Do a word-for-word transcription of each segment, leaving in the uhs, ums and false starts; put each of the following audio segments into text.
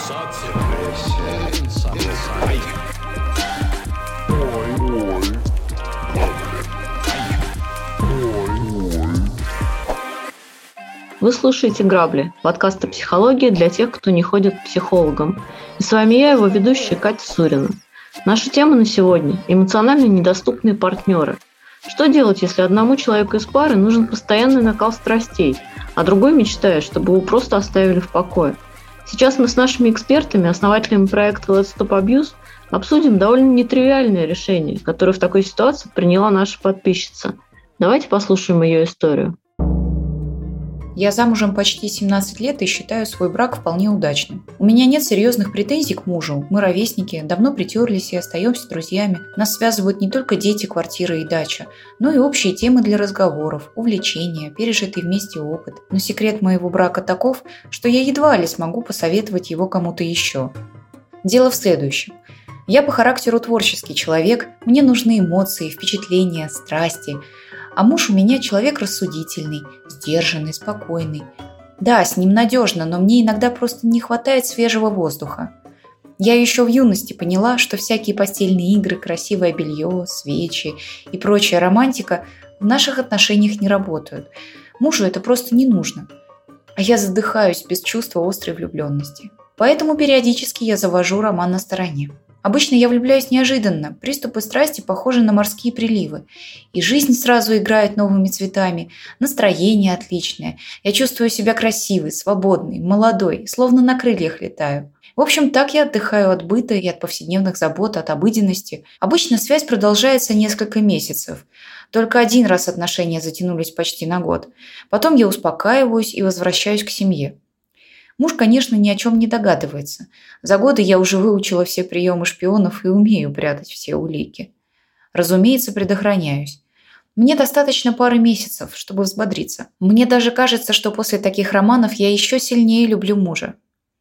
Вы слушаете «Грабли» – подкаст о психологии для тех, кто не ходит к психологам. И с вами я, его ведущая Катя Сурина. Наша тема на сегодня – эмоционально недоступные партнеры. Что делать, если одному человеку из пары нужен постоянный накал страстей, а другой мечтает, чтобы его просто оставили в покое? Сейчас мы с нашими экспертами, основателями проекта Let's Stop Abuse, обсудим довольно нетривиальное решение, которое в такой ситуации приняла наша подписчица. Давайте послушаем ее историю. Я замужем почти семнадцать лет и считаю свой брак вполне удачным. У меня нет серьезных претензий к мужу. Мы ровесники, давно притерлись и остаемся друзьями. Нас связывают не только дети, квартира и дача, но и общие темы для разговоров, увлечения, пережитый вместе опыт. Но секрет моего брака таков, что я едва ли смогу посоветовать его кому-то еще. Дело в следующем. Я по характеру творческий человек, мне нужны эмоции, впечатления, страсти. А муж у меня человек рассудительный, сдержанный, спокойный. Да, с ним надежно, но мне иногда просто не хватает свежего воздуха. Я еще в юности поняла, что всякие постельные игры, красивое белье, свечи и прочая романтика в наших отношениях не работают. Мужу это просто не нужно. А я задыхаюсь без чувства острой влюбленности. Поэтому периодически я завожу роман на стороне. Обычно я влюбляюсь неожиданно, приступы страсти похожи на морские приливы. И жизнь сразу играет новыми цветами, настроение отличное. Я чувствую себя красивой, свободной, молодой, словно на крыльях летаю. В общем, так я отдыхаю от быта и от повседневных забот, от обыденности. Обычно связь продолжается несколько месяцев. Только один раз отношения затянулись почти на год. Потом я успокаиваюсь и возвращаюсь к семье. Муж, конечно, ни о чем не догадывается. За годы я уже выучила все приемы шпионов и умею прятать все улики. Разумеется, предохраняюсь. Мне достаточно пары месяцев, чтобы взбодриться. Мне даже кажется, что после таких романов я еще сильнее люблю мужа.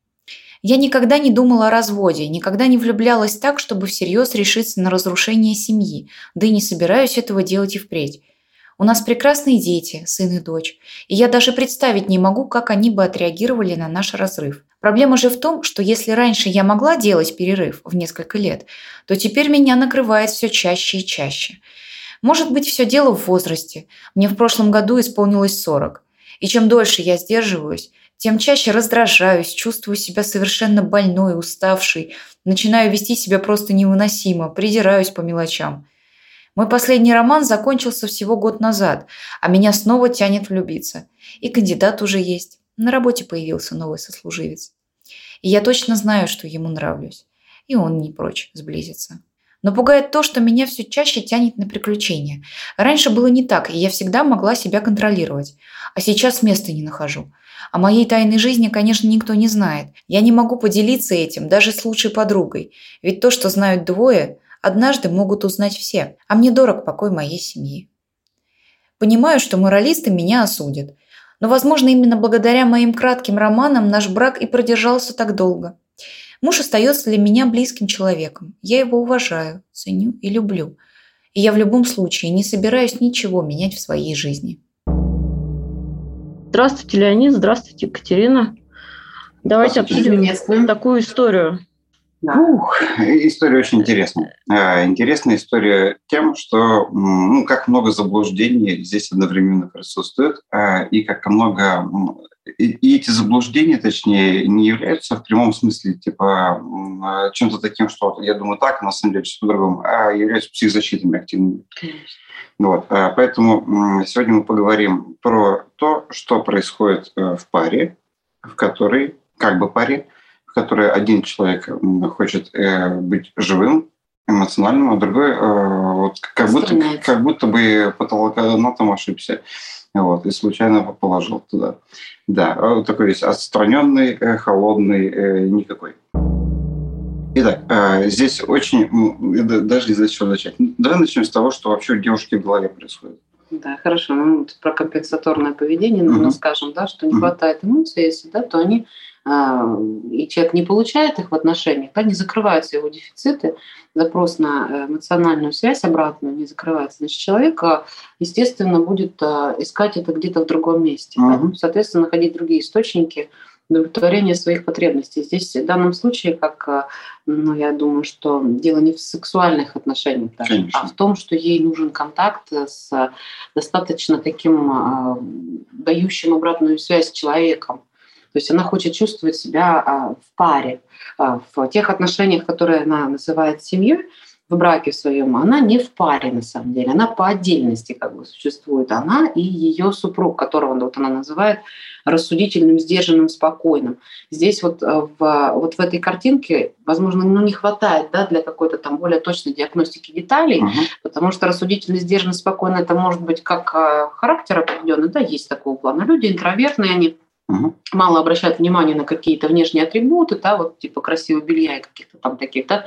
Я никогда не думала о разводе, никогда не влюблялась так, чтобы всерьез решиться на разрушение семьи, да и не собираюсь этого делать и впредь. У нас прекрасные дети, сын и дочь, и я даже представить не могу, как они бы отреагировали на наш разрыв. Проблема же в том, что если раньше я могла делать перерыв в несколько лет, то теперь меня накрывает все чаще и чаще. Может быть, все дело в возрасте. Мне в прошлом году исполнилось сорок. И чем дольше я сдерживаюсь, тем чаще раздражаюсь, чувствую себя совершенно больной, уставшей, начинаю вести себя просто невыносимо, придираюсь по мелочам. Мой последний роман закончился всего год назад, а меня снова тянет влюбиться. И кандидат уже есть. На работе появился новый сослуживец. И я точно знаю, что ему нравлюсь. И он не прочь сблизиться. Но пугает то, что меня все чаще тянет на приключения. Раньше было не так, и я всегда могла себя контролировать. А сейчас места не нахожу. О моей тайной жизни, конечно, никто не знает. Я не могу поделиться этим даже с лучшей подругой. Ведь то, что знают двое, однажды могут узнать все, а мне дорог покой моей семьи. Понимаю, что моралисты меня осудят, но, возможно, именно благодаря моим кратким романам наш брак и продержался так долго. Муж остается для меня близким человеком. Я его уважаю, ценю и люблю. И я в любом случае не собираюсь ничего менять в своей жизни. Здравствуйте, Леонид. Здравствуйте, Екатерина. Давайте обсудим такую историю. Ух, история очень интересная. Интересная история тем, что ну, как много заблуждений здесь одновременно присутствует, и как много... И эти заблуждения, точнее, не являются в прямом смысле типа чем-то таким, что я думаю так, на самом деле все по-другому, а являются психозащитными активными. Вот. Поэтому сегодня мы поговорим про то, что происходит в паре, в которой, как бы паре, в которой один человек хочет быть живым, эмоциональным, а другой вот, как, будто, как будто бы патологоанатом ошибся. Вот, и случайно положил туда. Да, такой весь отстраненный, холодный, никакой. Итак, здесь очень, даже не знаю, с чего начать. Давай начнем с того, что вообще у девушки в голове происходит. Да, хорошо. Ну, про компенсаторное поведение, ну, uh-huh. скажем, да, что не uh-huh. хватает эмоций, если да, то они и человек не получает их в отношениях, да, не закрываются его дефициты, запрос на эмоциональную связь обратную не закрывается, значит, человек, естественно, будет искать это где-то в другом месте. Uh-huh. Да? Соответственно, находить другие источники удовлетворение своих потребностей. Здесь в данном случае, как, ну, я думаю, что дело не в сексуальных отношениях даже, Конечно. а в том, что ей нужен контакт с достаточно таким дающим обратную связь человеком. То есть она хочет чувствовать себя в паре. В тех отношениях, которые она называет семьей, в браке своем, она не в паре на самом деле, она по отдельности как бы существует. Она и ее супруг, которого вот она называет рассудительным, сдержанным, спокойным. Здесь вот в, вот в этой картинке, возможно, ну, не хватает, да, для какой-то там более точной диагностики деталей, uh-huh. потому что рассудительный, сдержанный, спокойный, это может быть как характер определенный, да, есть такого плана. Люди интровертные, они Uh-huh. мало обращают внимание на какие-то внешние атрибуты, да, вот типа красивого белья и каких-то там таких, да,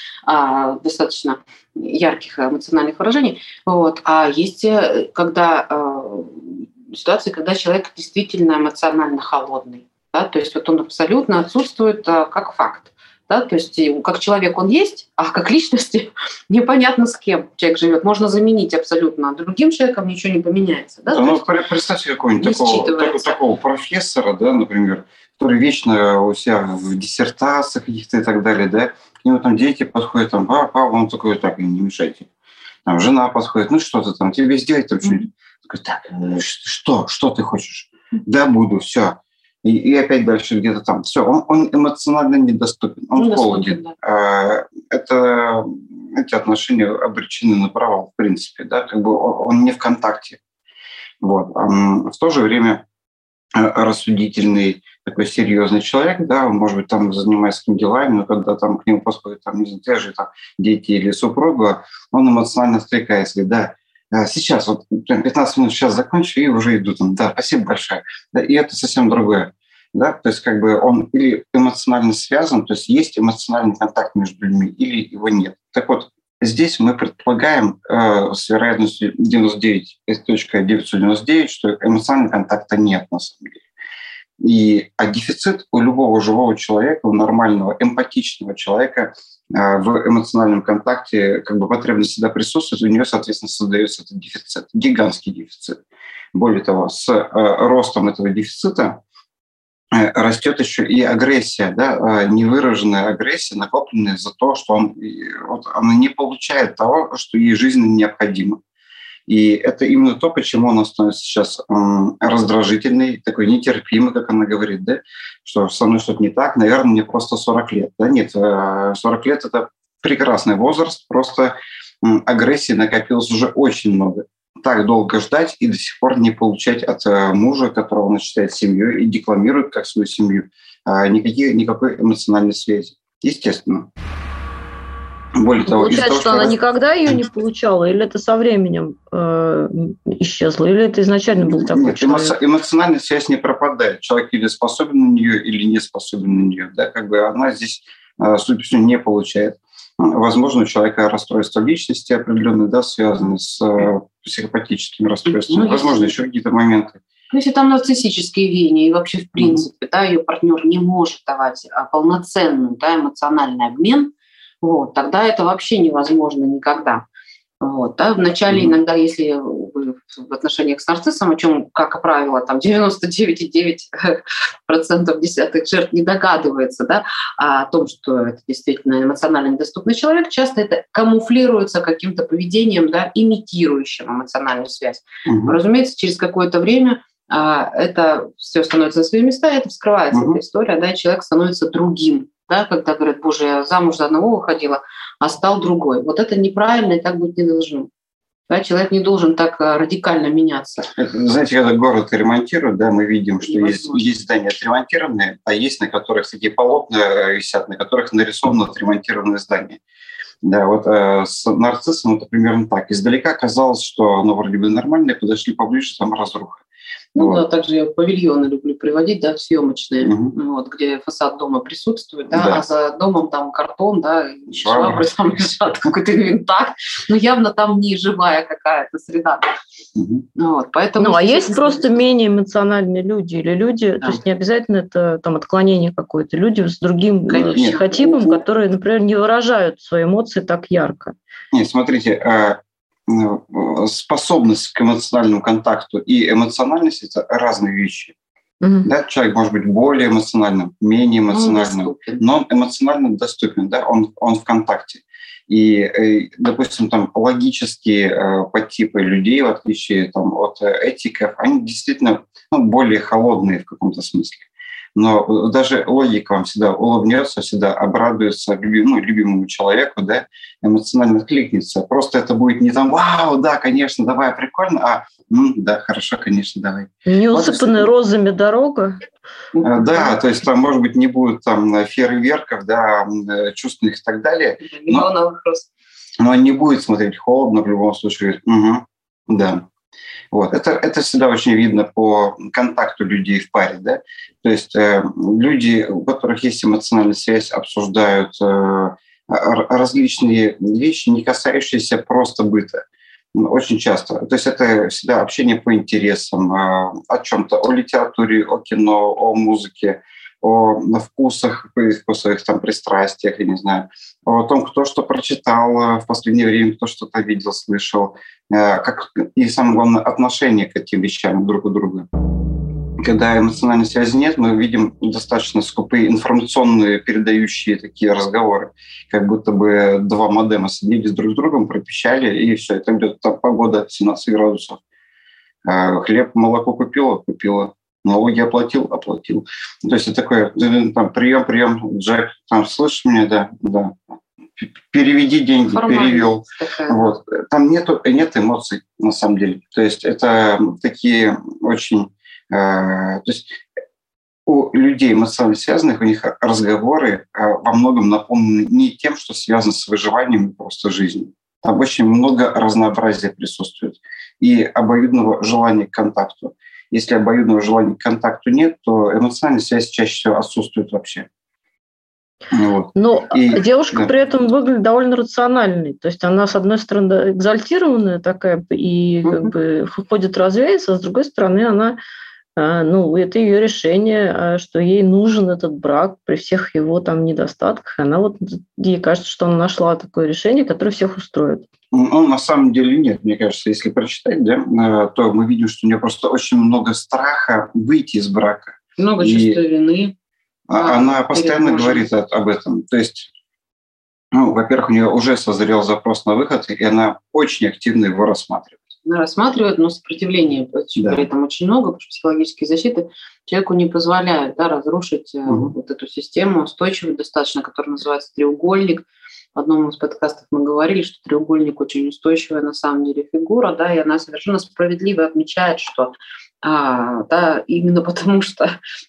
а, достаточно ярких эмоциональных выражений. Вот. А есть когда, а, ситуации, когда человек действительно эмоционально холодный, да, то есть вот он абсолютно отсутствует а, как факт. Да, то есть как человек он есть, а как личности непонятно с кем человек живет. Можно заменить абсолютно другим человеком, ничего не поменяется. Да? Да, ну, представьте какого-нибудь такого, такого, такого профессора, да, например, который вечно у себя в диссертациях каких-то и так далее, да, к нему там дети подходят, там, папа, он такой, так, не мешайте. Там жена подходит, ну что ты там, тебе сделать там что-нибудь? Такой, так, что, что ты хочешь? Да, буду, все. И, и опять дальше где-то там. Все, он, он эмоционально недоступен, он недоступен, холоден. Да. Это, эти отношения обречены на провал, в принципе. Да? Как бы он, он не в контакте. Вот. В то же время рассудительный, такой серьезный человек, да, он, может быть, там занимается какими-то делами, но когда там к нему подходят там, не знаю, те же там, дети или супруга, он эмоционально откликается, да, сейчас, вот прям пятнадцать минут сейчас закончу и уже иду там. Да, спасибо большое. Да, и это совсем другое. Да? То есть как бы он или эмоционально связан, то есть есть эмоциональный контакт между людьми, или его нет. Так вот, здесь мы предполагаем э, с вероятностью девяносто девять целых девятьсот девяносто девять, что эмоционального контакта нет на самом деле. И, а дефицит у любого живого человека, у нормального, эмпатичного человека э, в эмоциональном контакте, как бы потребность всегда присутствует, у нее, соответственно, создается этот дефицит, гигантский дефицит. Более того, с э, ростом этого дефицита э, растет еще и агрессия, да, э, невыраженная агрессия, накопленная за то, что он, вот, она не получает того, что ей жизненно необходимо. И это именно то, почему она становится сейчас м, раздражительной, такой нетерпимой, как она говорит, да, что со мной что-то не так, наверное, мне просто сорок лет. Да? Нет, сорок лет – это прекрасный возраст, просто м, агрессии накопилось уже очень много. Так долго ждать и до сих пор не получать от мужа, которого она считает семьей и декламирует как свою семью, никаких, никакой эмоциональной связи. Естественно. Более того, получается, того, что, что она раз... никогда ее не получала, или это со временем э, исчезло, или это изначально был такой Нет, человек? Эмо... Эмоциональная связь не пропадает. Человек или способен на нее, или не способен на нее. Да? Как бы она здесь, э, судя по всему, не получает. Возможно, у человека расстройство личности определенное, да, связанное с э, психопатическим расстройством. Ну, возможно, если... еще какие-то моменты. Ну, если там нарциссические веяния, и вообще, в принципе, mm-hmm. да, ее партнер не может давать полноценный, да, эмоциональный обмен, вот, тогда это вообще невозможно никогда. Вот, да. Вначале mm-hmm. иногда, если вы в отношениях с нарциссом, о чем, как правило, там девяносто девять целых девять десятых процента жертв не догадывается, да, о том, что это действительно эмоционально недоступный человек, часто это камуфлируется каким-то поведением, да, имитирующим эмоциональную связь. Mm-hmm. Разумеется, через какое-то время а, это все становится на свои места, и это вскрывается, mm-hmm. эта история, да, и человек становится другим. Да, когда говорят, боже, я замуж за одного выходила, а стал другой. Вот это неправильно, и так быть не должно. Да, человек не должен так радикально меняться. Знаете, когда город ремонтируют, да, мы видим, что есть, есть здания отремонтированные, а есть, на которых такие полотна висят, на которых нарисовано отремонтированное здание. Да, вот э, с нарциссом это примерно так. Издалека казалось, что оно вроде бы нормальное, подошли поближе, там разруха. Ну вот. Да, также я павильоны люблю приводить, да, съемочные, угу. вот, где фасад дома присутствует, да, да. а за домом там картон, да, швабры там лежат, какой-то инвентарь, но явно там не живая какая-то среда. Угу. Вот, поэтому ну, а есть просто менее эмоциональные люди или люди, да. то есть не обязательно это там отклонение какое-то, люди с другим Конечно. психотипом, Нет. которые, например, не выражают свои эмоции так ярко. Нет, смотрите, способность к эмоциональному контакту и эмоциональность – это разные вещи. Угу. Да, человек может быть более эмоциональным, менее эмоциональным, но он эмоционально доступен, да, он, он в контакте. И, допустим, там логические подтипы людей, в отличие там, от этиков, они действительно ну, более холодные в каком-то смысле. Но даже логика вам всегда улыбнется, всегда обрадуется любим, ну, любимому человеку, да, эмоционально откликнется. Просто это будет не там «Вау, да, конечно, давай, прикольно», а «Ну, да, хорошо, конечно, давай». Не усыпанная вот, розами дорога. Да, то есть там, может быть, не будет там фейерверков, да, чувственных и так далее. Но, но он не будет смотреть холодно в любом случае. Угу, да. Вот. Это, это всегда очень видно по контакту людей в паре. Да? То есть э, люди, у которых есть эмоциональная связь, обсуждают э, различные вещи, не касающиеся просто быта. Очень часто. То есть это всегда общение по интересам, э, о чем-то, о литературе, о кино, о музыке, о вкусах, вкусовых там, пристрастиях, я не знаю, о том, кто что прочитал в последнее время, кто что-то видел, слышал, как, и самое главное, отношение к этим вещам друг к другу. Когда эмоциональной связи нет, мы видим достаточно скупые информационные передающие такие разговоры, как будто бы два модема соединились друг с другом, пропищали, и все, это идет там погода семнадцать градусов. Хлеб, молоко купила, купила. Налоги оплатил, оплатил. То есть это такое, там, прием, прием, Джек, там, слышишь меня, да, да. Переведи деньги, перевел. Вот. Там нету, нет эмоций, на самом деле. То есть это такие очень... Э, то есть у людей эмоционально связанных, у них разговоры э, во многом наполнены не тем, что связано с выживанием и просто жизнью. Там очень много разнообразия присутствует и обоюдного желания к контакту. Если обоюдного желания к контакту нет, то эмоциональная связь чаще всего отсутствует вообще. Вот. Но и, девушка да. при этом выглядит довольно рациональной. То есть она, с одной стороны, экзальтированная такая и как бы хочет развеяться, а с другой стороны, она, ну, это ее решение, что ей нужен этот брак при всех его там недостатках. Она вот, ей кажется, что она нашла такое решение, которое всех устроит. Ну, на самом деле нет, мне кажется, если прочитать, да, то мы видим, что у нее просто очень много страха выйти из брака. Много чувства вины. Она а, постоянно говорит об этом. То есть, ну, во-первых, у нее уже созрел запрос на выход, и она очень активно его рассматривает. Она рассматривает, но сопротивления да. при этом очень много, потому что психологические защиты человеку не позволяют да, разрушить угу. вот эту систему устойчивую достаточно, которая называется треугольник. В одном из подкастов мы говорили, что треугольник очень устойчивая на самом деле фигура, да, и она совершенно справедливо отмечает, что а, да, именно потому что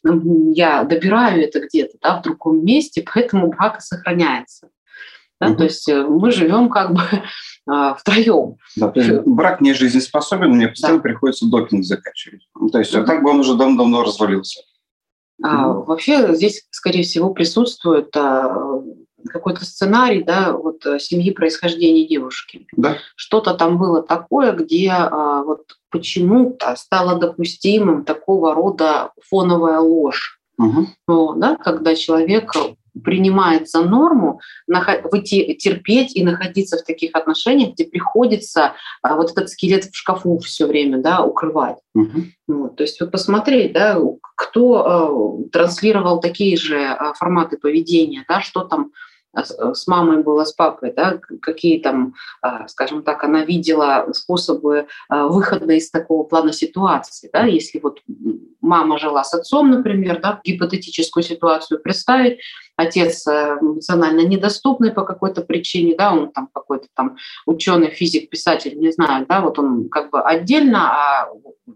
я добираю это где-то да, в другом месте, поэтому брак сохраняется. Да, mm-hmm. То есть мы живем как бы а, втроем. Да, то есть брак не жизнеспособен, мне постоянно да. приходится допинг закачивать. То есть mm-hmm. так бы он уже давно-давно развалился. А, mm-hmm. Вообще здесь, скорее всего, присутствует а, какой-то сценарий, да, вот семьи происхождения девушки. Да. Что-то там было такое, где а, вот почему-то стало допустимым такого рода фоновая ложь. Угу. Ну, да, когда человек принимает за норму выйти, терпеть и находиться в таких отношениях, где приходится а, вот этот скелет в шкафу все время да, укрывать. Угу. Вот, то есть вот посмотреть, да, кто а, транслировал такие же а, форматы поведения, да, что там с мамой было, с папой, да, какие там, скажем так, она видела способы выхода из такого плана ситуации. Да, если вот мама жила с отцом, например, да, гипотетическую ситуацию представить, отец эмоционально недоступный по какой-то причине, да, он там какой-то там ученый, физик, писатель, не знаю, да, вот он как бы отдельно, а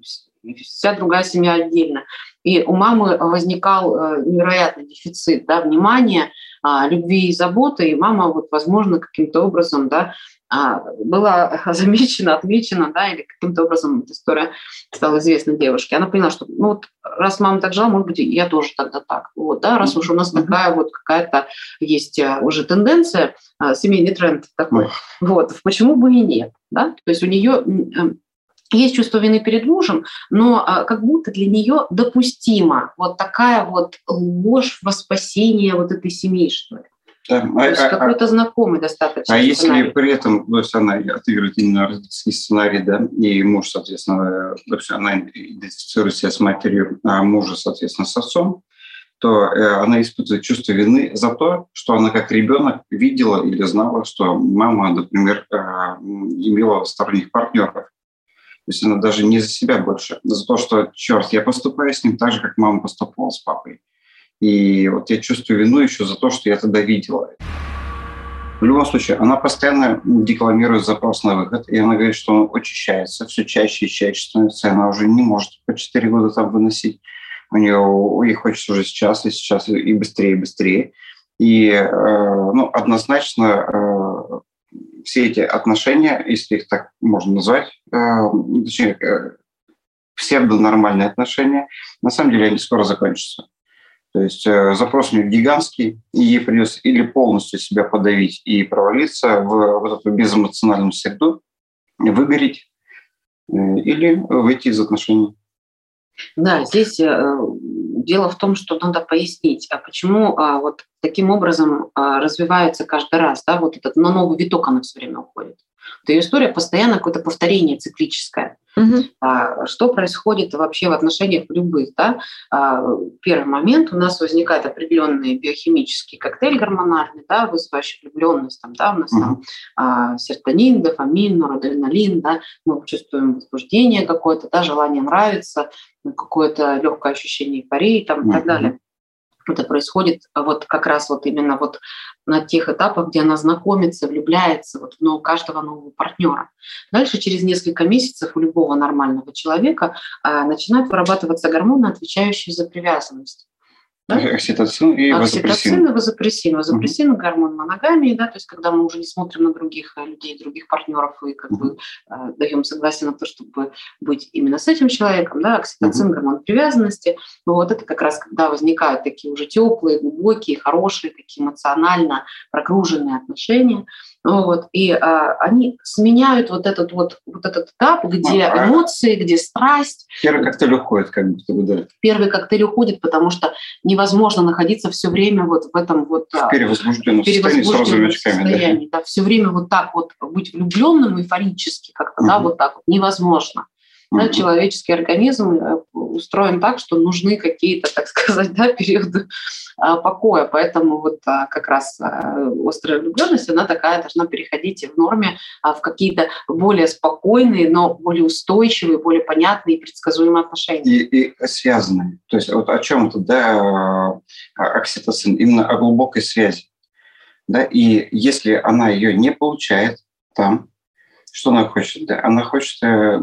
вся другая семья отдельно. И у мамы возникал невероятный дефицит да, внимания, любви и заботы, и мама, вот, возможно, каким-то образом да, была замечена, отмечена, да, или каким-то образом эта история стала известна девушке. Она поняла, что ну, вот, раз мама так жила, может быть, я тоже тогда так. Вот, да, раз уж у нас mm-hmm. такая вот какая-то есть уже тенденция, семейный тренд такой, mm-hmm. вот, почему бы и нет? Да? То есть у нее есть чувство вины перед мужем, но а, как будто для нее допустима вот такая вот ложь во спасение вот этой семьи, что ли. Да. То есть а, какой-то а, знакомый достаточно. А сценарий. Если при этом, то есть она отыгрывает именно родительский сценарий, да, и муж, соответственно, то есть она идентифицирует себя с матерью, а мужа, соответственно, с отцом, то э, она испытывает чувство вины за то, что она как ребенок видела или знала, что мама, например, э, имела сторонних партнеров. То есть она даже не за себя больше, за то, что, черт, я поступаю с ним так же, как мама поступала с папой. И вот я чувствую вину еще за то, что я тогда видела. В любом случае, она постоянно декламирует запрос на выход, и она говорит, что он очищается, все чаще и чаще становится, и она уже не может по четыре года там выносить. У нее ей хочется уже сейчас, и сейчас, и быстрее, и быстрее. И э, ну, однозначно э, все эти отношения, если их так можно назвать, э, точнее, э, псевдонормальные отношения, на самом деле они скоро закончатся. То есть э, запрос у нее гигантский, и ей придется или полностью себя подавить и провалиться в вот эту безэмоциональную среду, выгореть, э, или выйти из отношений. Да, здесь э, дело в том, что надо пояснить, а почему а, вот таким образом а, развивается каждый раз, да, вот этот на новый виток она все время уходит. То ее история постоянно какое-то повторение циклическое. Угу. А, что происходит вообще в отношениях любых? Да? А, первый момент, у нас возникает определенный биохимический коктейль гормональный, да, вызывающий влюбленность. Там, да, у нас угу. там а, серотонин, дофамин, норадреналин, да, мы чувствуем возбуждение какое-то, да, желание нравиться, какое-то легкое ощущение эйфории там, угу. и так далее. Это происходит вот как раз вот именно вот на тех этапах, где она знакомится, влюбляется вот в каждого нового партнера. Дальше через несколько месяцев у любого нормального человека а, начинают вырабатываться гормоны, отвечающие за привязанность. Да? Окситоцин и вазопрессин. Окситоцин и вазопрессин. Вазопрессин угу. – гормон моногамии, да, то есть когда мы уже не смотрим на других людей, других партнеров и как угу. бы э, даем согласие на то, чтобы быть именно с этим человеком. Да. Окситоцин угу. – гормон привязанности. Вот это как раз когда возникают такие уже теплые, глубокие, хорошие, такие эмоционально прогруженные отношения. Вот. И а, они сменяют вот этот вот, вот этот этап, где а, эмоции, где страсть. Первый коктейль уходит, как будто бы, да. Первый коктейль уходит, потому что невозможно находиться все время вот в этом вот в перевозбужденном состоянии с розовыми очками. Да. Да, все время вот так вот быть влюбленным эйфорически как-то, угу. да, вот так вот невозможно. Да, угу. Человеческий организм устроен так, что нужны какие-то, так сказать, да, периоды покоя. Поэтому вот как раз острая влюбленность, она такая должна переходить в норме в какие-то более спокойные, но более устойчивые, более понятные и предсказуемые отношения. И, и связанные. То есть вот о чем это, да, окситоцин? Именно о глубокой связи. Да? И если она ее не получает там, что она хочет? Да? Она хочет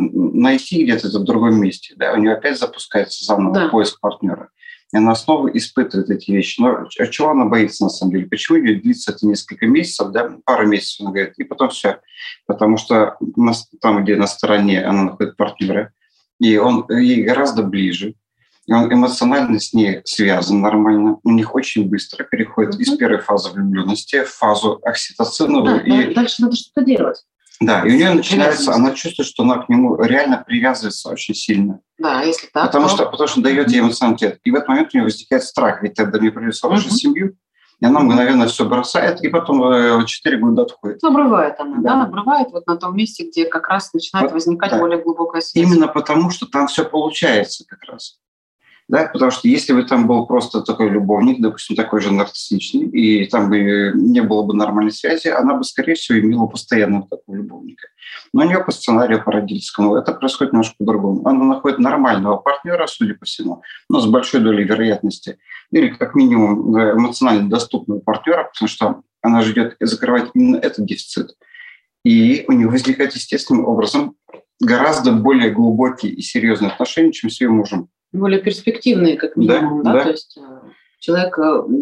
найти где-то это в другом месте. Да? У нее опять запускается заново да. поиск партнера. И она снова испытывает эти вещи. Но чего она боится на самом деле? Почему ее длится это несколько месяцев, да? пару месяцев, она говорит, и потом все. Потому что там, где на стороне она находит партнера, и он ей гораздо ближе, и он эмоционально с ней связан нормально. У них очень быстро переходит mm-hmm. из первой фазы влюбленности в фазу окситоциновую. Да, и... Дальше надо что-то делать. Да, и у нее начинается, она чувствует, что она к нему реально привязывается очень сильно. Да, если так. Потому, то... что, потому что дает ей эмоциональный ответ. И в этот момент у нее возникает страх, ведь тогда мне придется хорошую uh-huh. семью, и она мгновенно все бросает, и потом четыре года отходит. Обрывает она, да. да, обрывает вот на том месте, где как раз начинает вот, возникать да. более глубокая связь. Именно потому, что там все получается как раз. Да, потому что если бы там был просто такой любовник, допустим, такой же нарциссичный, и там бы не было бы нормальной связи, она бы, скорее всего, имела постоянного такого любовника. Но у нее по сценарию, по родительскому, это происходит немножко по-другому. Она находит нормального партнера, судя по всему, но с большой долей вероятности, или как минимум эмоционально доступного партнера, потому что она ждет закрывать именно этот дефицит. И у нее возникает естественным образом гораздо более глубокие и серьезные отношения, чем с ее мужем. Более перспективные, как минимум, да, да? да? То есть человек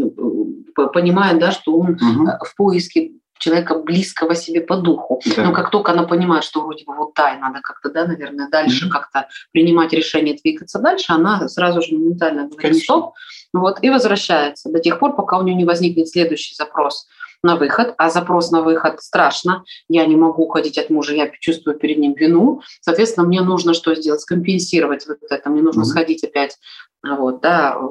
понимает, да, что он угу. в поиске человека близкого себе по духу. Да. Но как только она понимает, что вроде бы вот да, и надо как-то, да, наверное, дальше угу. как-то принимать решение, двигаться дальше, она сразу же моментально говорит стоп, вот, и возвращается до тех пор, пока у нее не возникнет следующий запрос на выход, а запрос на выход страшно, я не могу уходить от мужа, я чувствую перед ним вину, соответственно, мне нужно что сделать? Скомпенсировать вот это, мне нужно mm-hmm. сходить опять вот, да,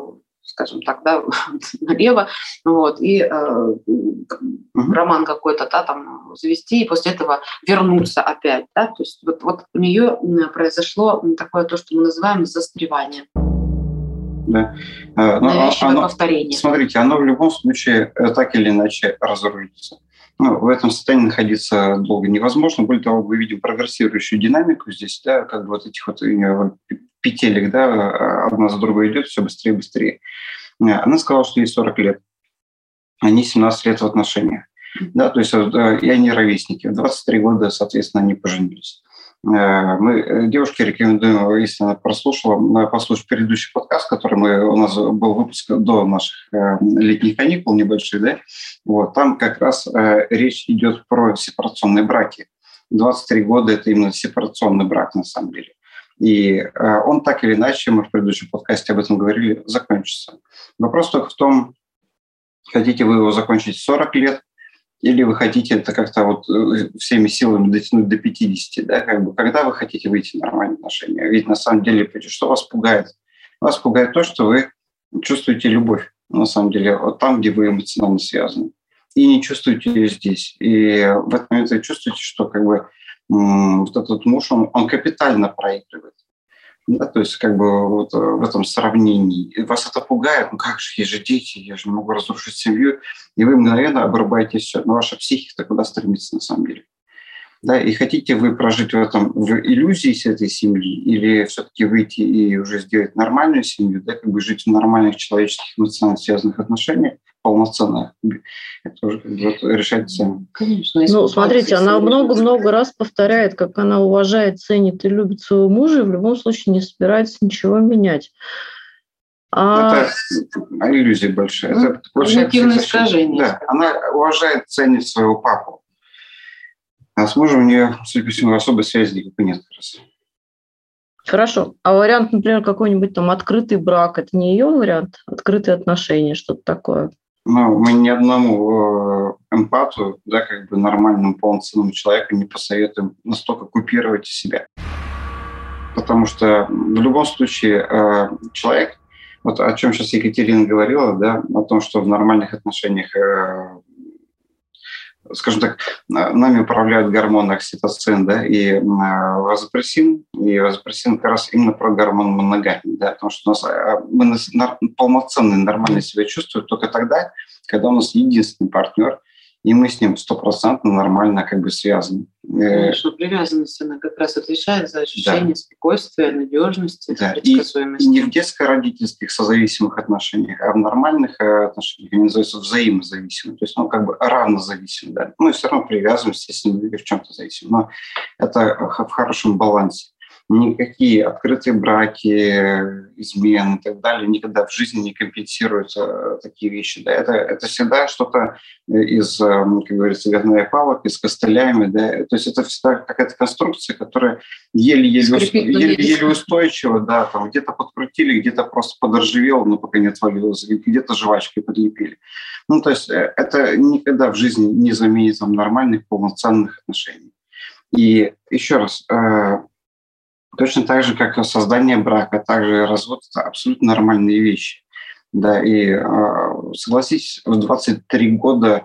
скажем так, да, налево, вот, и э, роман какой-то, да, там завести, и после этого вернуться опять, да, то есть вот, вот у нее произошло такое то, что мы называем застревание. Да. Навязчивое оно, повторение. Смотрите, оно в любом случае так или иначе разрулится. Ну, в этом состоянии находиться долго невозможно. Более того, мы видим прогрессирующую динамику здесь, да, как бы вот этих вот петелек, да, одна за другой идет все быстрее и быстрее. Она сказала, что ей сорок лет, они семнадцать лет в отношениях. Да, то есть и они ровесники. В двадцать три года, соответственно, они поженились. Мы девушке рекомендуем, если она прослушала, послушать предыдущий подкаст, который мы, у нас был выпуск до наших летних каникул небольших, да, вот, там как раз э, речь идет про сепарационные браки. двадцать три года – это именно сепарационный брак на самом деле. И э, он так или иначе, мы в предыдущем подкасте об этом говорили, закончится. Вопрос только в том, хотите вы его закончить в сорок лет, или вы хотите это как-то вот всеми силами дотянуть до пятидесяти, да, как бы, когда вы хотите выйти в нормальные отношения. Ведь на самом деле, что вас пугает? Вас пугает то, что вы чувствуете любовь, на самом деле, вот там, где вы эмоционально связаны, и не чувствуете ее здесь. И в этот момент вы чувствуете, что как бы вот этот муж, он, он капитально проигрывает. Да, то есть как бы вот в этом сравнении. И вас это пугает, ну как же, есть же дети, я же не могу разрушить семью, и вы мгновенно обрубаете все. Но ваша психика куда стремится на самом деле. Да, и хотите вы прожить в этом в иллюзии с этой семьи, или все-таки выйти и уже сделать нормальную семью, да, как бы жить в нормальных человеческих эмоционально связанных отношениях, полноценных, это уже как бы вот решать сами. Конечно. Ну, смотрите, она много-много раз повторяет, как она уважает, ценит и любит своего мужа, и в любом случае не собирается ничего менять. А... Это иллюзия большая. Ну, это когнитивное искажение. Да, она уважает, ценит своего папу. А с мужем у нее, судя по всему, особой связи никакой нет. Как раз. Хорошо. А вариант, например, какой-нибудь там открытый брак, это не ее вариант? Открытые отношения, что-то такое? Ну, мы ни одному эмпату, да, как бы нормальному, полноценному человеку не посоветуем настолько купировать себя. Потому что в любом случае человек, вот о чем сейчас Екатерина говорила, да, о том, что в нормальных отношениях, скажем так, нами управляют гормоны окситоцин, да, и вазопрессин. И вазопрессин как раз именно про гормон моногамии, да, потому что у нас, мы полноценно нормально себя чувствуем только тогда, когда у нас единственный партнер, и мы с ним стопроцентно нормально как бы связаны. Конечно, привязанность, она как раз отвечает за ощущение да. спокойствия, надежности, да. предсказуемости. И, и не в детско-родительских созависимых отношениях, а в нормальных отношениях, они называются взаимозависимыми, то есть ну, как бы равнозависимыми. Да. Мы все равно привязываемся, если мы в чем-то зависим, но это в хорошем балансе. Никакие открытые браки, измены и так далее никогда в жизни не компенсируют такие вещи. Да. Это, это всегда что-то из, как говорится, верных палок, из костылями. Да. То есть это всегда какая-то конструкция, которая еле-еле, еле-еле устойчива. Да. Там где-то подкрутили, где-то просто подоржавело, но пока не отвалилось, где-то жвачкой подлепили. Ну, то есть это никогда в жизни не заменит там, нормальных, полноценных отношений. И еще раз, точно так же, как создание брака, также развод – это абсолютно нормальные вещи. Да, и согласитесь, в двадцать три года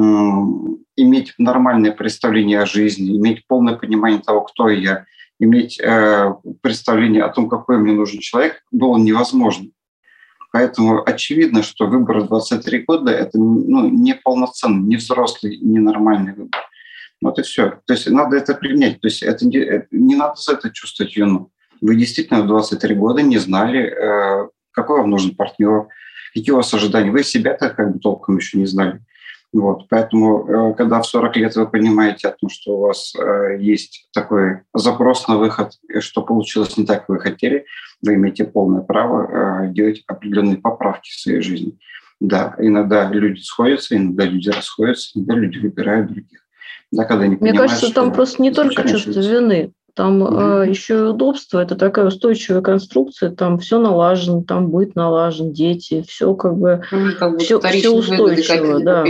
иметь нормальное представление о жизни, иметь полное понимание того, кто я, иметь представление о том, какой мне нужен человек, было невозможно. Поэтому очевидно, что выбор в двадцать три года – это ну, не полноценный, не взрослый, не нормальный выбор. Вот и все. То есть надо это принять. То есть это не, это, не надо за это чувствовать вину. Вы действительно в двадцать три года не знали, э, какой вам нужен партнер, какие у вас ожидания. Вы себя-то как бы толком еще не знали. Вот. Поэтому, э, когда в сорок лет вы понимаете о том, что у вас э, есть такой запрос на выход, и что получилось не так, как вы хотели, вы имеете полное право э, делать определенные поправки в своей жизни. Да, иногда люди сходятся, иногда люди расходятся, иногда люди выбирают других. Да, когда не Мне кажется, там просто не только чувство вины, там mm-hmm. э, еще и удобство. Это такая устойчивая конструкция, там все налажено, там быт налажен, дети, все как бы, mm-hmm. как все, все устойчиво. Да.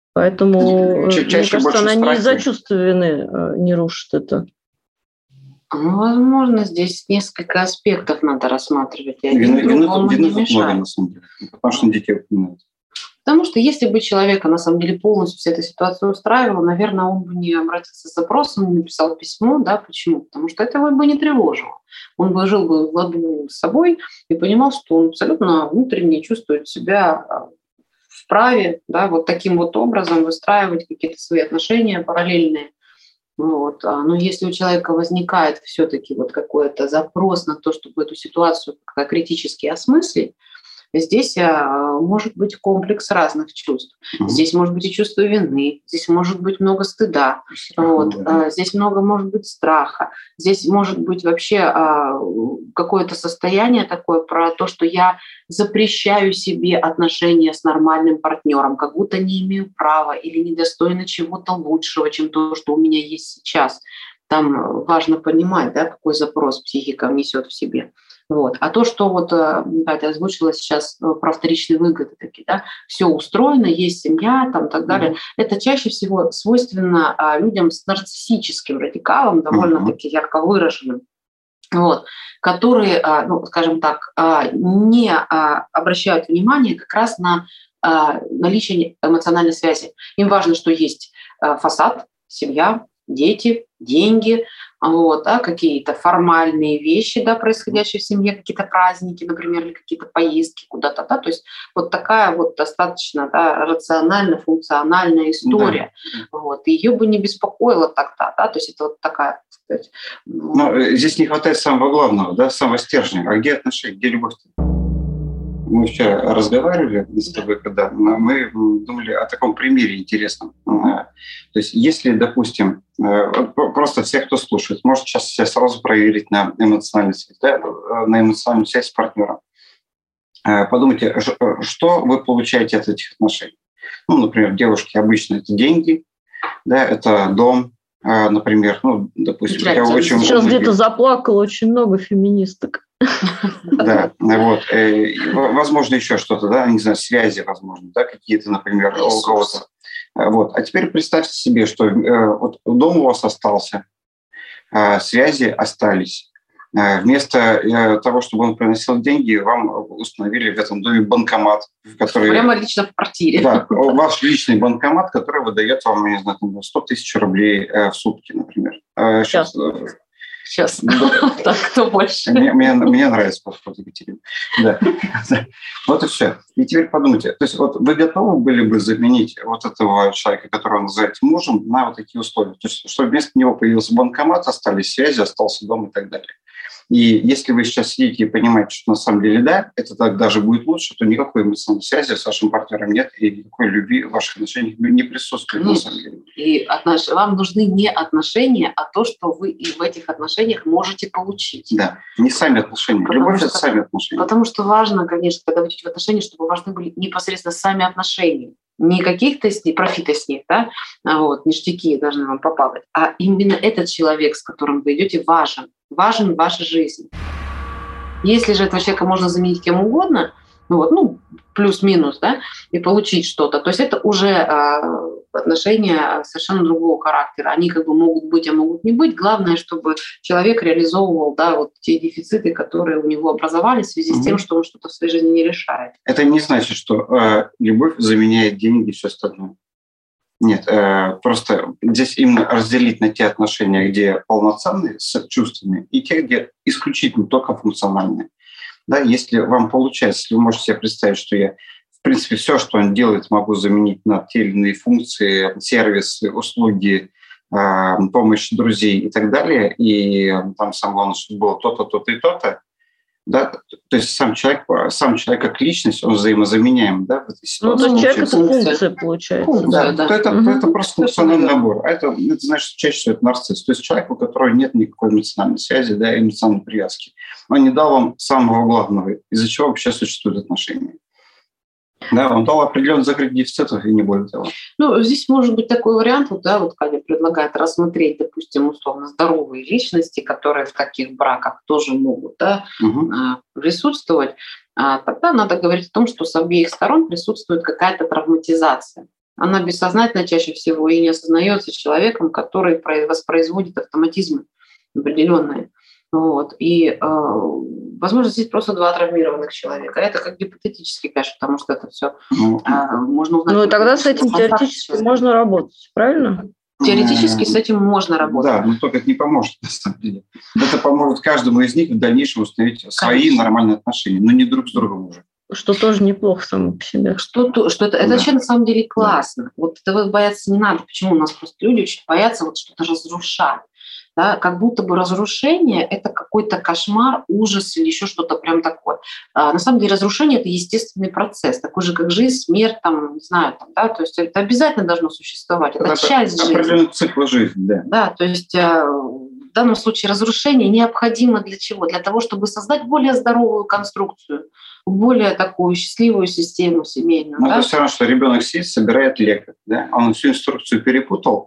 Поэтому, Ча- мне кажется, она страхи. Не из-за чувства вины э, не рушит это. Ну, возможно, здесь несколько аспектов надо рассматривать. И один Вины, другому вины, не вины мешает. много, на самом деле. Потому что детей упоминают. Потому что если бы человека на самом деле полностью вся эта ситуация устраивала, наверное, он бы не обратился с запросом, не написал письмо. Да? Почему? Потому что это его бы не тревожило. Он бы жил бы в ладу с собой и понимал, что он абсолютно внутренне чувствует себя вправе, да, вот таким вот образом выстраивать какие-то свои отношения параллельные. Вот. Но если у человека возникает все-таки вот какой-то запрос на то, чтобы эту ситуацию как-то критически осмыслить, здесь может быть комплекс разных чувств. Mm-hmm. Здесь может быть и чувство вины, здесь может быть много стыда, вот. Mm-hmm. Здесь много может быть страха, здесь может быть вообще какое-то состояние такое про то, что я запрещаю себе отношения с нормальным партнером, как будто не имею права или недостойна чего-то лучшего, чем то, что у меня есть сейчас. Там важно понимать, да, какой запрос психика несет в себе. Вот. А то, что вот Катя озвучила сейчас про вторичные выгоды, такие, да, все устроено, есть семья, там, так далее, mm-hmm. это чаще всего свойственно а, людям с нарциссическим радикалом, довольно-таки mm-hmm. ярко выраженным, вот, которые, а, ну, скажем так, а, не а, обращают внимание как раз на а, наличие эмоциональной связи. Им важно, что есть а, фасад, семья, дети, деньги, вот, да, какие-то формальные вещи, да, происходящие в семье, какие-то праздники, например, или какие-то поездки куда-то, да, то есть вот такая вот достаточно, да, рационально-функциональная история, да. Вот, и ее бы не беспокоило тогда, да, то есть это вот такая, так сказать. Ну... Но здесь не хватает самого главного, да, самого стержня. А где отношения, где любовь? Мы вчера разговаривали с тобой, когда мы думали о таком примере интересном. То есть если, допустим, просто все, кто слушает, может сейчас себя сразу проверить на эмоциональную связь, да, на эмоциональную связь с партнером. Подумайте, что вы получаете от этих отношений. Ну, например, девушки обычно это деньги, да, это дом, например, ну, допустим, я очень... Сейчас где-то заплакало очень много феминисток. Да, вот. Возможно, еще что-то, да, не знаю, связи, возможно, да, какие-то, например, у кого-то. Вот. А теперь представьте себе, что вот дом у вас остался, связи остались. Вместо того, чтобы он приносил деньги, вам установили в этом доме банкомат, в который... Прямо лично в квартире. Да, ваш личный банкомат, который выдает вам, не знаю, сто тысяч рублей в сутки, например. Сейчас. Сейчас. Да. Так, кто больше? Мне, мне, мне нравится подход Екатерины. Да. Вот и все. И теперь подумайте, то есть вот вы готовы были бы заменить вот этого человека, которого вы называете мужем, на вот такие условия? То есть чтобы вместо него появился банкомат, остались связи, остался дом и так далее. И если вы сейчас сидите и понимаете, что на самом деле да, это так даже будет лучше, то никакой эмоциональной связи с вашим партнером нет, и никакой любви в ваших отношениях не присутствует нет. На самом деле. И отнош... вам нужны не отношения, а то, что вы и в этих отношениях можете получить. Да, не сами отношения. Потому Любовь – что... это сами отношения. Потому что важно, конечно, когда вы идете в отношения, чтобы важны были непосредственно сами отношения. Не каких-то с ней, профита с них, да, вот, ништяки должны вам попадать, а именно этот человек, с которым вы идете, важен. Важен в вашей жизни. Если же этого человека можно заменить кем угодно, ну, вот, ну плюс-минус, да, и получить что-то, то есть это уже э, отношения совершенно другого характера. Они как бы могут быть, а могут не быть. Главное, чтобы человек реализовывал, да, вот те дефициты, которые у него образовались в связи mm-hmm. с тем, что он что-то в своей жизни не решает. Это не значит, что э, любовь заменяет деньги и все остальное. Нет, э, просто здесь именно разделить на те отношения, где полноценные, с чувствами, и те, где исключительно только функциональные. Да, если вам получается, если вы можете себе представить, что я, в принципе, все, что он делает, могу заменить на те или иные функции, сервисы, услуги, э, помощь друзей и так далее, и там самое главное, чтобы было то-то, то-то и то-то, да, то есть сам человек, сам человек как личность, он взаимозаменяем, да, в этой ситуации. Ну, то есть человек – это функция, получается. Функция, да, да. То это, угу. то это просто функциональный набор. А это, это значит, что чаще всего это нарцисс. То есть человек, у которого нет никакой эмоциональной связи, да, эмоциональной привязки. Он не дал вам самого главного, из-за чего вообще существуют отношения. Да, он дал определенный закрытие дефицитов и не более того. Ну, здесь может быть такой вариант, вот, да, вот Катя предлагает рассмотреть, допустим, условно здоровые личности, которые в таких браках тоже могут, да, угу. присутствовать. А тогда надо говорить о том, что с обеих сторон присутствует какая-то травматизация. Она бессознательно чаще всего и не осознается человеком, который воспроизводит автоматизмы. определенные. Вот. И, э, возможно, здесь просто два травмированных человека. Это как гипотетически, конечно, потому что это все Ну, э, можно узнать. Ну и тогда с этим теоретически можно работать, правильно? Теоретически с этим можно работать. Да, но только это не поможет, на самом деле. Это поможет каждому из них в дальнейшем установить свои Конечно. нормальные отношения, но не друг с другом уже. Что тоже неплохо само по себе. Что, что это, это Да. вообще на самом деле классно. Да. Вот этого бояться не надо. Почему у нас просто люди очень боятся вот что-то разрушать. Да? Как будто бы разрушение – это какой-то кошмар, ужас или еще что-то прям такое. А на самом деле разрушение – это естественный процесс, такой же, как жизнь, смерть, там, не знаю, там, да? То есть это обязательно должно существовать. Это, это часть жизни. Определенный цикл жизни, да. Да, то есть в данном случае разрушение необходимо для чего? Для того, чтобы создать более здоровую конструкцию, более такую счастливую систему семейную. Но да? это все равно, что ребенок сидит, собирает лего. Да? Он всю инструкцию перепутал,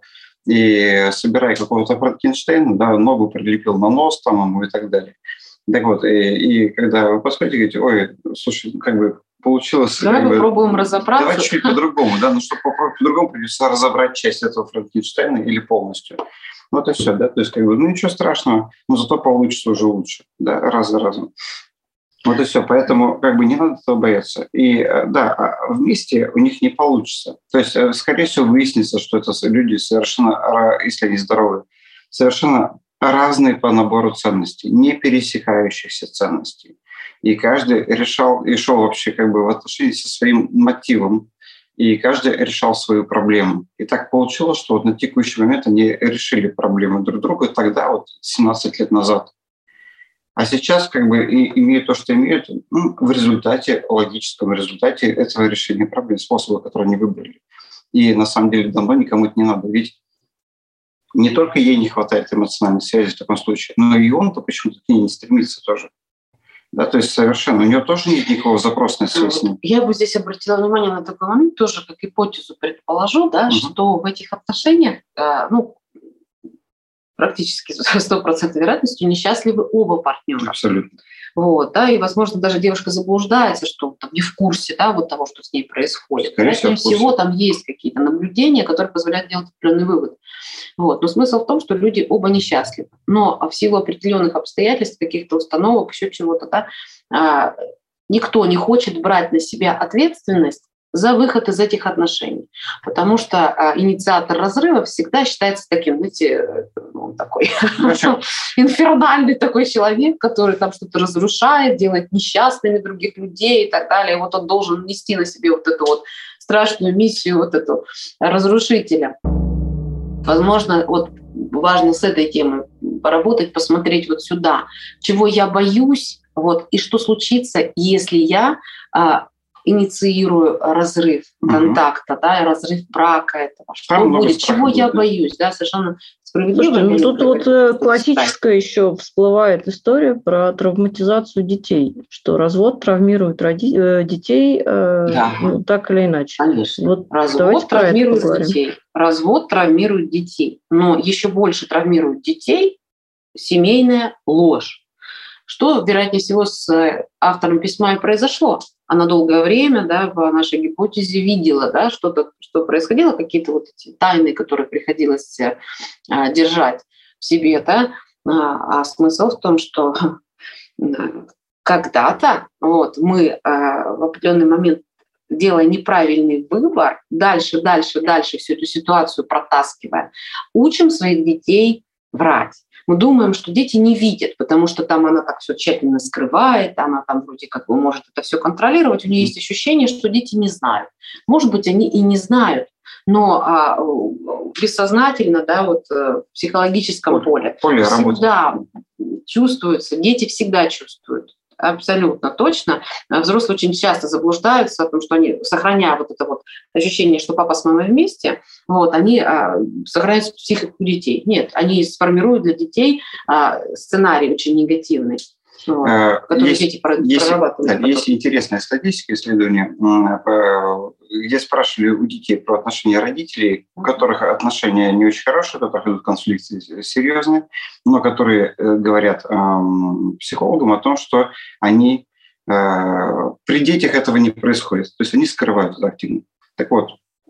и собирая какого-то Франкенштейна, да, ногу прилепил на нос там, и так далее. Так вот, и, и когда вы подходите, говорите, ой, слушай, ну, как бы получилось... Давай как попробуем бы, разобраться. Давай чуть по-другому, да, ну чтобы попробовать по-другому, придется разобрать часть этого Франкенштейна или полностью. Вот и все, да, то есть как бы, ну ничего страшного, но зато получится уже лучше, да, раз за разом. Вот и все, поэтому как бы не надо этого бояться. И да, вместе у них не получится. То есть, скорее всего, выяснится, что это люди совершенно, если они здоровы, совершенно разные по набору ценностей, не пересекающихся ценностей. И каждый решал и шел вообще как бы в отношении со своим мотивом, и каждый решал свою проблему. И так получилось, что вот на текущий момент они решили проблемы друг друга тогда, вот семнадцать лет назад. А сейчас как бы и имеют то, что имеют, ну, в результате, логическом результате этого решения проблем, способа, который они выбрали. И на самом деле давно никому это не надо. Ведь не только ей не хватает эмоциональной связи в таком случае, но и он-то почему-то к ней не стремится тоже. Да, то есть совершенно. У нее тоже нет никакого запроса на связь с ним. Я бы здесь обратила внимание на такой момент, тоже как гипотезу предположу, да, угу. что в этих отношениях, ну, практически с стопроцентной вероятностью несчастливы оба партнера. Абсолютно. Вот, да, и, возможно, даже девушка заблуждается, что там не в курсе, да, вот того, что с ней происходит. Скорее всего, там есть какие-то наблюдения, которые позволяют делать определенный вывод. Вот. Но смысл в том, что люди оба несчастливы. Но в силу определенных обстоятельств, каких-то установок, еще чего-то, да, никто не хочет брать на себя ответственность за выход из этих отношений. Потому что а, инициатор разрыва всегда считается таким, знаете, ну, такой инфернальный такой человек, который там что-то разрушает, делает несчастными других людей и так далее. И вот он должен нести на себе вот эту вот страшную миссию вот эту разрушителя. Возможно, вот важно с этой темой поработать, посмотреть вот сюда, чего я боюсь, вот, и что случится, если я а, инициирую разрыв контакта, uh-huh. да, разрыв брака этого. Что Там будет? Чего я будет, боюсь? Да, совершенно справедливо. Слушайте, ну тут вот говорить, классическая еще всплывает история про травматизацию детей, что развод травмирует роди- детей да. ну, так или иначе. Конечно. Вот развод травмирует детей. Развод травмирует детей. Но еще больше травмирует детей семейная ложь. Что, вероятнее всего, с автором письма и произошло. Она долгое время, да, в нашей гипотезе видела, да, что-то, что происходило, какие-то вот эти тайны, которые приходилось а, держать в себе. Да. А, а смысл в том, что когда-то вот, мы а, в определенный момент, делая неправильный выбор, дальше, дальше, дальше всю эту ситуацию протаскивая, учим своих детей врать. Мы думаем, что дети не видят, потому что там она так все тщательно скрывает, она там вроде как бы может это все контролировать. У нее есть ощущение, что дети не знают. Может быть, они и не знают, но а, бессознательно, да, вот в психологическом поле, поле всегда чувствуется, дети всегда чувствуют. Абсолютно точно. Взрослые очень часто заблуждаются о том, что они, сохраняя вот это вот ощущение, что папа с мамой вместе, вот, они а, сохраняют психику детей. Нет, они сформируют для детей а, сценарий очень негативный, вот, а, который есть, дети прорабатывают. Да, есть интересная статистика, исследование, где спрашивали у детей про отношения родителей, у которых отношения не очень хорошие, у которых идут конфликты серьезные, но которые говорят эм, психологам о том, что они э, при детях этого не происходит. То есть они скрывают это активно. Так вот,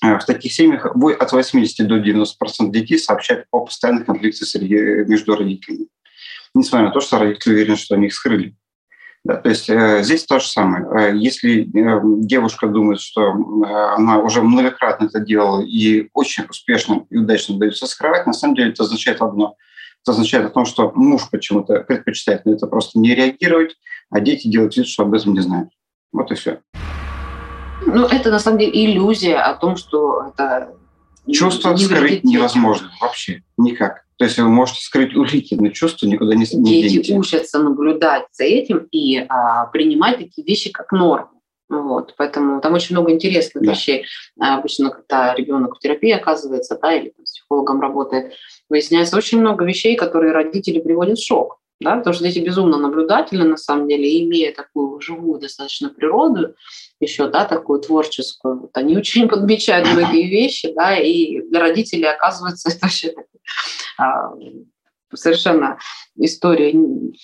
В таких семьях от восьмидесяти до девяноста процентов детей сообщают о постоянных конфликтах среди, между родителями, несмотря на то, что родители уверены, что они их скрыли. Да, то есть э, здесь то же самое. Если э, девушка думает, что э, она уже многократно это делала и очень успешно и удачно удается скрывать, на самом деле это означает одно. Это означает о том, что муж почему-то предпочитает на это просто не реагировать, а дети делают вид, что об этом не знают. Вот и все. Ну, это на самом деле иллюзия о том, что это... Чувство не скрыть невозможно вообще, никак. То есть вы можете скрыть улики, но чувства никуда не денете. Дети учатся наблюдать за этим и а, принимать такие вещи как норму. Вот. Поэтому там очень много интересных да. вещей. Обычно, когда ребенок в терапии оказывается, да, или там, с психологом работает, выясняется очень много вещей, которые родители приводят в шок. Да, потому что дети безумно наблюдательны, на самом деле, и имея такую живую достаточно природу, еще, да, такую творческую, вот, они очень подмечают многие вещи, да, и для родителей оказывается это вообще а, совершенно история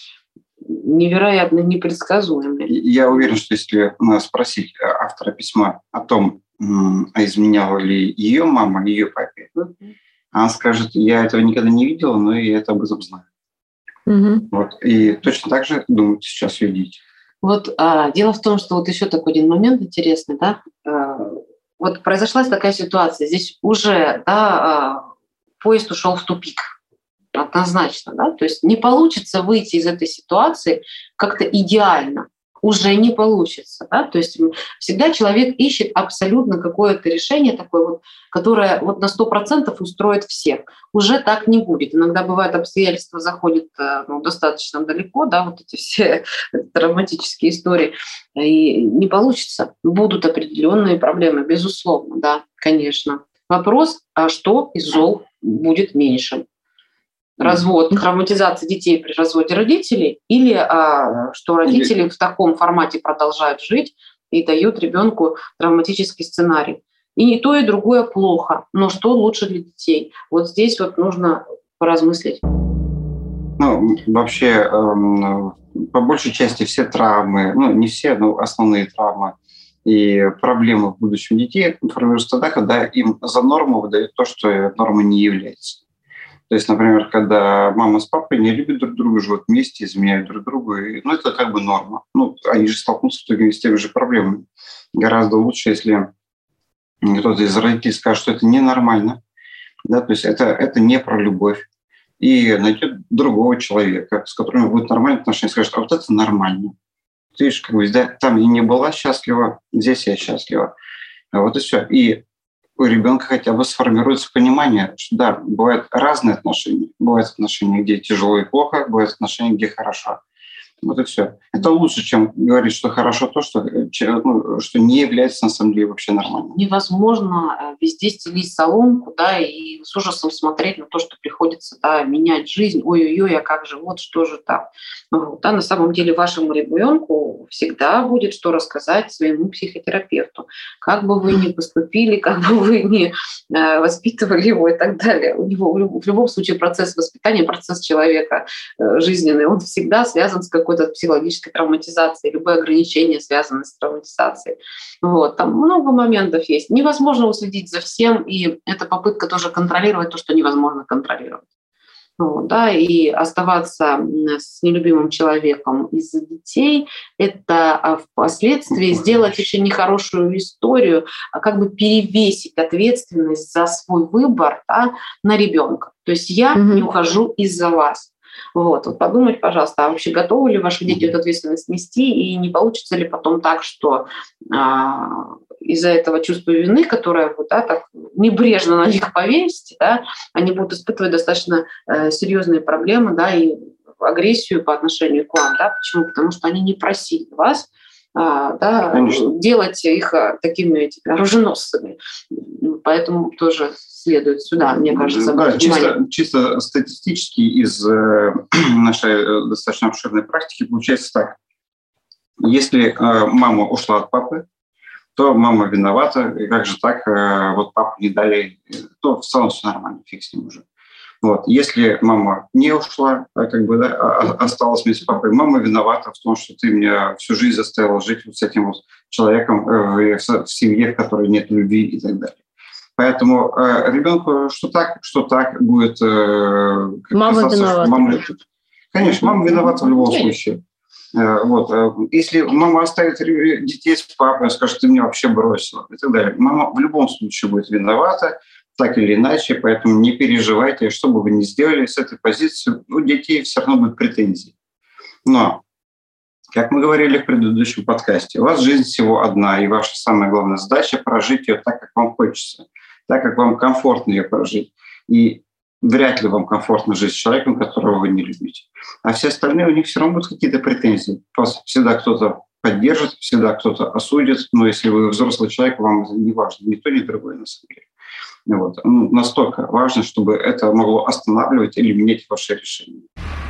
невероятно непредсказуемая. Я уверен, что если спросить автора письма о том, а изменяла ли ее мама, ее папе, mm-hmm. она скажет, я этого никогда не видела, но я это об этом знаю. Mm-hmm. Вот. И точно так же думают сейчас ее дети. Вот а, дело в том, что вот еще такой один момент интересный, да, а, вот произошла такая ситуация, здесь уже, да, а, поезд ушел в тупик, однозначно, да, то есть не получится выйти из этой ситуации как-то идеально, уже не получится, да, то есть всегда человек ищет абсолютно какое-то решение такое вот, которое вот на сто процентов устроит всех. Уже так не будет. Иногда бывает обстоятельства заходят ну, достаточно далеко, да, вот эти все травматические истории, и не получится. Будут определенные проблемы, безусловно, да, конечно. Вопрос, а что из зол будет меньше? Развод, травматизация детей при разводе родителей, или а, что родители или... в таком формате продолжают жить и дают ребенку травматический сценарий. И и то, и другое плохо. Но что лучше для детей? Вот здесь вот нужно поразмыслить. Ну, вообще, эм, по большей части все травмы, ну, не все, но основные травмы и проблемы в будущем детей формируются тогда, когда им за норму выдают то, что нормой не является. То есть, например, когда мама с папой не любят друг друга, живут вместе, изменяют друг другу, и, ну, это как бы норма. Ну, они же столкнутся в итоге с теми же проблемами. Гораздо лучше, если кто-то из родителей скажет, что это ненормально, да, то есть это, это не про любовь, и найдет другого человека, с которым будет нормальное отношение, и скажет, а вот это нормально. Ты видишь, как бы, да, там я не была счастлива, здесь я счастлива. Вот и все. И у ребенка хотя бы сформируется понимание, что да, бывают разные отношения. Бывают отношения, где тяжело и плохо, бывают отношения, где хорошо. Вот и все. Это лучше, чем говорить, что хорошо то, что, ну, что не является на самом деле вообще нормальным. Невозможно везде стелить соломку, да, и с ужасом смотреть на то, что приходится, да, менять жизнь. Ой-ой-ой, а как же, вот что же так. Вот, да, на самом деле вашему ребенку всегда будет что рассказать своему психотерапевту. Как бы вы ни поступили, как бы вы ни э, воспитывали его и так далее. У него в любом, в любом случае процесс воспитания, процесс человека э, жизненный, он всегда связан с какой какой-то психологической травматизации, любые ограничения, связанные с травматизацией. Вот, там много моментов есть. Невозможно уследить за всем, и это попытка тоже контролировать то, что невозможно контролировать. Вот, да, и оставаться с нелюбимым человеком из-за детей – это впоследствии сделать очень нехорошую историю, а как бы перевесить ответственность за свой выбор, да, на ребенка. То есть я mm-hmm. не ухожу из-за вас. Вот, вот подумать, пожалуйста, а вообще готовы ли ваши дети эту ответственность нести, и не получится ли потом так, что а, из-за этого чувства вины, которое вот, да, так небрежно на них повесите, да, они будут испытывать достаточно э, серьезные проблемы, да, и агрессию по отношению к вам. Да? Почему? Потому что они не просили вас а, да, делать их такими этими оруженосцами. Поэтому тоже следует сюда, мне кажется, да, чисто, чисто статистически из э, нашей э, достаточно обширной практики получается так. Если э, мама ушла от папы, то мама виновата, и как же так, э, вот папу не дали, то в целом все нормально, фиг с ним уже. Вот. Если мама не ушла, как бы, да, осталась вместе с папой, мама виновата в том, что ты меня всю жизнь заставила жить вот с этим вот человеком в, в семье, в которой нет любви и так далее. Поэтому э, ребенку что так, что так будет... Э, мама виновата. Мама... Конечно, мама виновата в любом случае. Э, вот. Если мама оставит детей с папой, скажет, ты меня вообще бросила, и так далее. Мама в любом случае будет виновата, так или иначе, поэтому не переживайте, что бы вы ни сделали с этой позиции, у детей все равно будут претензии. Но, как мы говорили в предыдущем подкасте, у вас жизнь всего одна, и ваша самая главная задача – прожить ее так, как вам хочется, так, как вам комфортно ее прожить. И вряд ли вам комфортно жить с человеком, которого вы не любите. А все остальные, у них все равно будут какие-то претензии. Вас всегда кто-то поддержит, всегда кто-то осудит, но если вы взрослый человек, вам это не важно, ни то, ни другое на самом деле. Вот. Ну, настолько важно, чтобы это могло останавливать или менять ваши решения.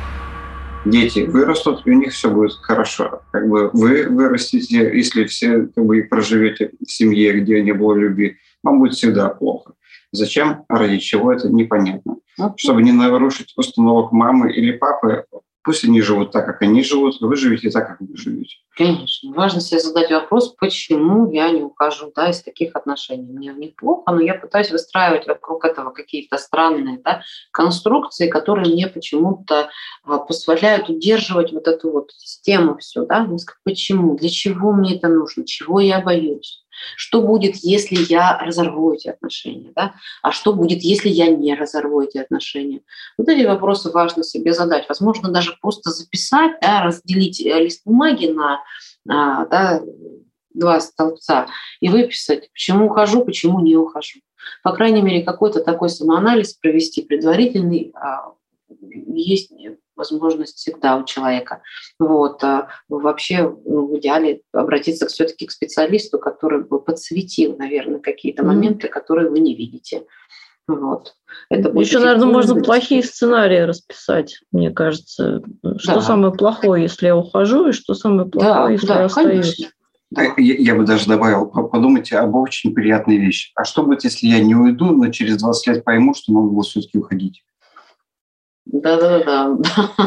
Дети вырастут, и у них все будет хорошо. Как бы вы вырастете, если все как бы, проживете в семье, где не было любви, вам будет всегда плохо. Зачем, ради чего, это непонятно. Чтобы не нарушить установок мамы или папы, пусть они живут так, как они живут, вы живете так, как вы живете. Конечно. Важно себе задать вопрос, почему я не ухожу, да, из таких отношений. Мне в них плохо, но я пытаюсь выстраивать вокруг этого какие-то странные, да, конструкции, которые мне почему-то а, позволяют удерживать вот эту вот систему всю. Да? Почему? Для чего мне это нужно? Чего я боюсь? Что будет, если я разорву эти отношения? Да? А что будет, если я не разорву эти отношения? Вот эти вопросы важно себе задать. Возможно, даже просто записать, да, разделить лист бумаги на а, да, два столбца и выписать, почему ухожу, почему не ухожу. По крайней мере, какой-то такой самоанализ провести предварительный а, есть возможность всегда у человека. Вот. А вообще, ну, в идеале обратиться все-таки к специалисту, который бы подсветил, наверное, какие-то моменты, mm-hmm. которые вы не видите. Вот. Это еще, наверное, можно плохие сценарии расписать, мне кажется. Что да. самое плохое, если я ухожу, и что самое плохое, да, если да, я остаюсь. Да. Я, я бы даже добавил, подумайте об очень приятной вещи. А что будет, если я не уйду, но через двадцать лет пойму, что надо было все-таки уходить? Да-да-да.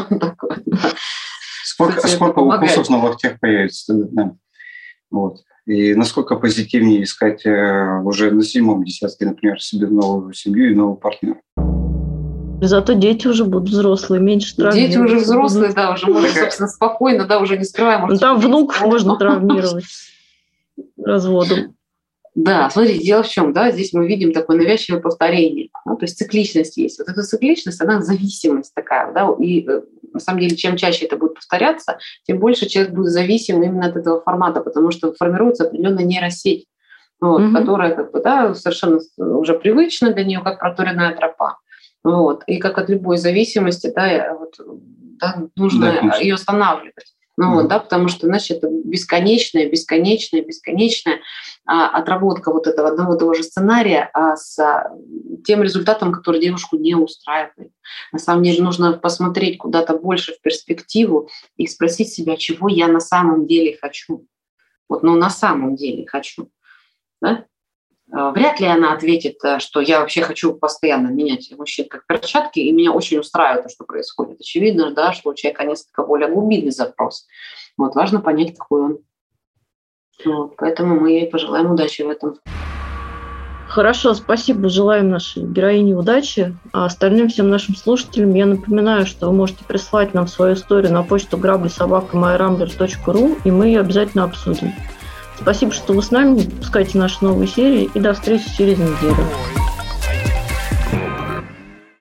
Сколько, сколько укусов на локтях появится? Да. Вот. И насколько позитивнее искать э, уже на седьмом десятке, например, себе новую семью и нового партнера. Зато дети уже будут взрослые, меньше травмировать. Дети уже взрослые, будут... да, уже можно, собственно, спокойно, да, уже не скрываем. Ну, там внуков можно травмировать разводом. Да, смотрите, дело в чем, да, здесь мы видим такое навязчивое повторение, да, то есть цикличность есть. Вот эта цикличность, она зависимость такая, да, и на самом деле, чем чаще это будет повторяться, тем больше человек будет зависим именно от этого формата, потому что формируется определенная нейросеть, вот, mm-hmm. которая как бы, да, совершенно уже привычна для нее, как проторенная тропа. Вот, и как от любой зависимости, да, вот, да, нужно да, ее останавливать. Ну, mm-hmm. вот, да, потому что, значит, это бесконечная, бесконечная, бесконечная а, отработка вот этого одного того же сценария а, с а, тем результатом, который девушку не устраивает. На самом деле нужно посмотреть куда-то больше в перспективу и спросить себя, чего я на самом деле хочу. Вот, ну, на самом деле хочу. Да? Вряд ли она ответит, что я вообще хочу постоянно менять мужчин как перчатки, и меня очень устраивает то, что происходит. Очевидно, да, что у человека несколько более глубинный запрос. Вот, важно понять, какой он. Вот, поэтому мы ей пожелаем удачи в этом. Хорошо, спасибо. Желаем нашей героине удачи. А остальным всем нашим слушателям я напоминаю, что вы можете прислать нам свою историю на почту грабли собака майрамблер точка ру, и мы ее обязательно обсудим. Спасибо, что вы с нами. Пускайте наши новые серии, и до встречи через неделю.